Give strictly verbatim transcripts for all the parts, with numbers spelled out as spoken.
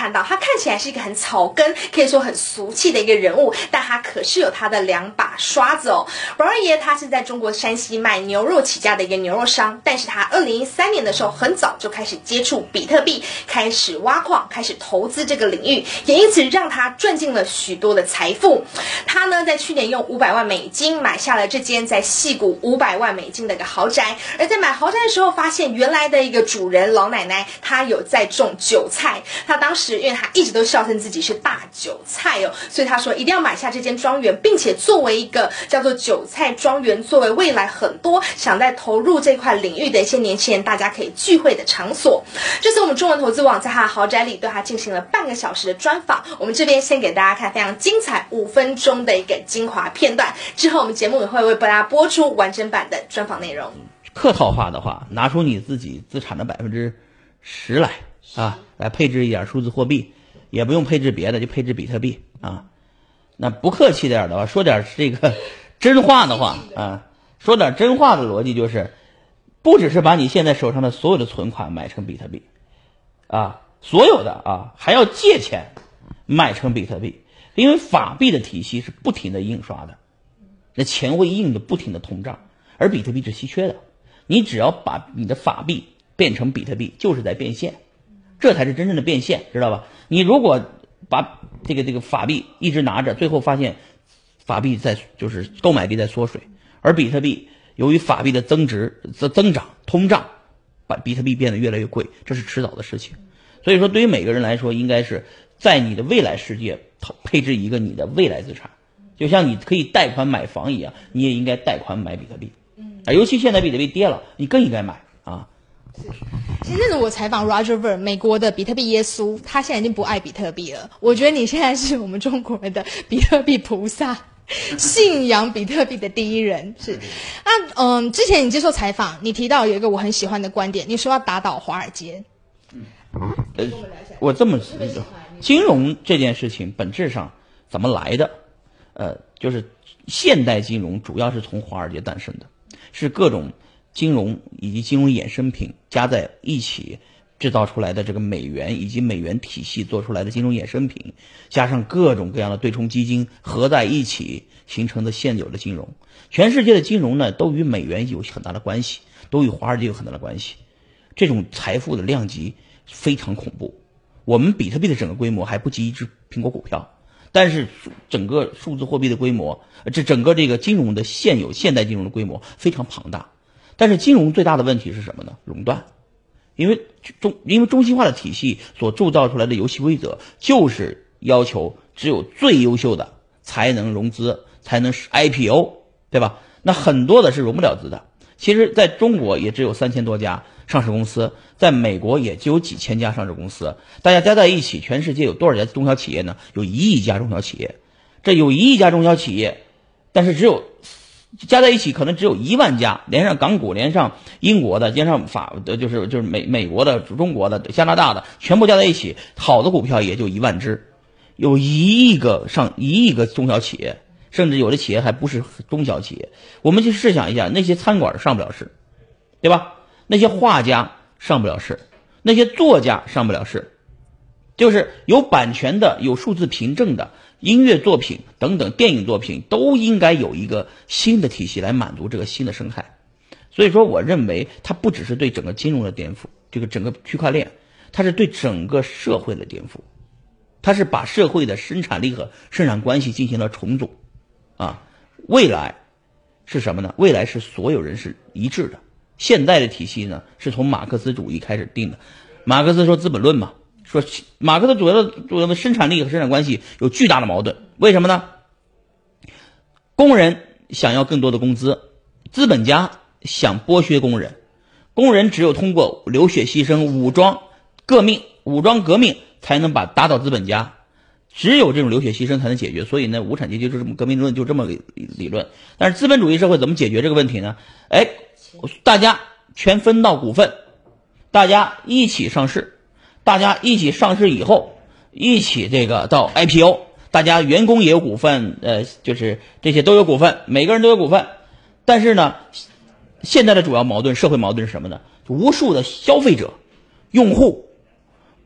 看到，他看起来是一个很草根，可以说很俗气的一个人物，但他可是有他的两把刷子哦。王瑞爷他是在中国山西卖牛肉起家的一个牛肉商，但是他二零一三年的时候很早就开始接触比特币，开始挖矿，开始投资这个领域，也因此让他赚进了许多的财富。他呢在去年用五百万美金买下了这间在矽谷五百万美金的一个豪宅，而在买豪宅的时候发现原来的一个主人老奶奶她有在种韭菜，她当时因为她一直都笑称自己是大韭菜哦，所以她说一定要买下这间庄园，并且作为一个叫做韭菜庄园，作为未来很多想在投入这块领域的一些年轻人大家可以聚会的场所。这次我们中文投资网在他的豪宅里对他进行了半个小时的专访，我们这边先给大家看非常精彩五分钟的一个精华片段，之后我们节目也会为大家播出完整版的专访内容。 客套话的话，拿出你自己资产的百分之十来啊，来配置一点数字货币，也不用配置别的，就配置比特币啊。那不客气点的话，说点这个真话的话啊，说点真话的逻辑就是，不只是把你现在手上的所有的存款买成比特币啊，所有的啊还要借钱买成比特币，因为法币的体系是不停的印刷的，那钱会印的不停的通胀，而比特币是稀缺的。你只要把你的法币变成比特币，就是在变现，这才是真正的变现，知道吧？你如果把这个这个法币一直拿着，最后发现法币在就是购买力在缩水，而比特币由于法币的增值增增长通胀，把比特币变得越来越贵，这是迟早的事情。所以说，对于每个人来说，应该是在你的未来世界配置一个你的未来资产，就像你可以贷款买房一样，你也应该贷款买比特币。啊，尤其现在比特币跌了，你更应该买啊。 前阵子我采访 Roger Ver， 美国的比特币耶稣，他现在已经不爱比特币了。我觉得你现在是我们中国人的比特币菩萨，信仰比特币的第一人。是，那嗯，之前你接受采访，你提到有一个我很喜欢的观点，你说要打倒华尔街。 嗯，呃，我这么说，金融这件事情本质上怎么来的？呃，就是现代金融主要是从华尔街诞生的。是各种金融以及金融衍生品加在一起制造出来的这个美元以及美元体系做出来的金融衍生品，加上各种各样的对冲基金合在一起形成的现有的金融。全世界的金融呢，都与美元有很大的关系，都与华尔街有很大的关系。这种财富的量级非常恐怖。我们比特币的整个规模还不及一只苹果股票。但是整个数字货币的规模，这整个这个金融的现有现代金融的规模非常庞大。但是金融最大的问题是什么呢？垄断。因为中因为中心化的体系所铸造出来的游戏规则，就是要求只有最优秀的才能融资，才能 I P O， 对吧？那很多的是融不了资的。其实在中国也只有三千多家上市公司，在美国也就有几千家上市公司，大家加在一起，全世界有多少家中小企业呢？有一亿家中小企业。这有一亿家中小企业，但是只有加在一起可能只有一万家，连上港股，连上英国的，连上法的，就是就是美美国的、中国的、加拿大的，全部加在一起，好的股票也就一万只，有一亿个上一亿个中小企业。甚至有的企业还不是中小企业，我们去试想一下，那些餐馆上不了市，对吧？那些画家上不了市，那些作家上不了市，就是有版权的、有数字凭证的音乐作品等等电影作品，都应该有一个新的体系来满足这个新的生态。所以说，我认为它不只是对整个金融的颠覆，这个整个区块链，它是对整个社会的颠覆，它是把社会的生产力和生产关系进行了重组。啊，未来是什么呢？未来是所有人是一致的。现代的体系呢，是从马克思主义开始定的。马克思说《资本论》嘛，说马克思主要的主要的生产力和生产关系有巨大的矛盾。为什么呢？工人想要更多的工资，资本家想剥削工人，工人只有通过流血牺牲、武装革命、武装革命，才能把打倒资本家。只有这种流血牺牲才能解决，所以呢，无产阶级就这么革命论就这么个理论。但是资本主义社会怎么解决这个问题呢？哎，大家全分到股份，大家一起上市，大家一起上市以后，一起这个到 I P O， 大家员工也有股份，呃，就是这些都有股份，每个人都有股份。但是呢，现在的主要矛盾，社会矛盾是什么呢？无数的消费者、用户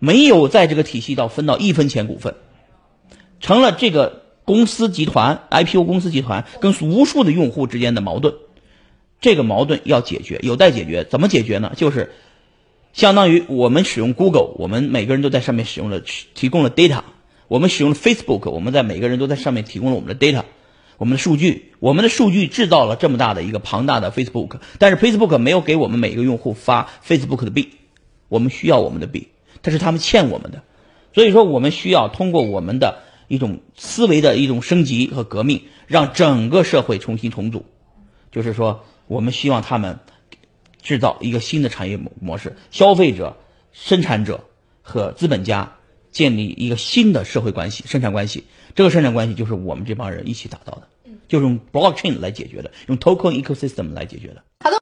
没有在这个体系到分到一分钱股份，成了这个公司集团 I P O 公司集团跟无数的用户之间的矛盾。这个矛盾要解决，有待解决。怎么解决呢？就是相当于我们使用 Google， 我们每个人都在上面使用了提供了 data， 我们使用了 Facebook， 我们在每个人都在上面提供了我们的 data， 我们的数据，我们的数据制造了这么大的一个庞大的 Facebook， 但是 Facebook 没有给我们每个用户发 Facebook 的币，我们需要我们的币，这是他们欠我们的。所以说我们需要通过我们的一种思维的一种升级和革命，让整个社会重新重组。就是说我们希望他们制造一个新的产业模式，消费者、生产者和资本家建立一个新的社会关系、生产关系。这个生产关系就是我们这帮人一起打造的，就是用 blockchain 来解决的，用 token ecosystem 来解决的。 好的。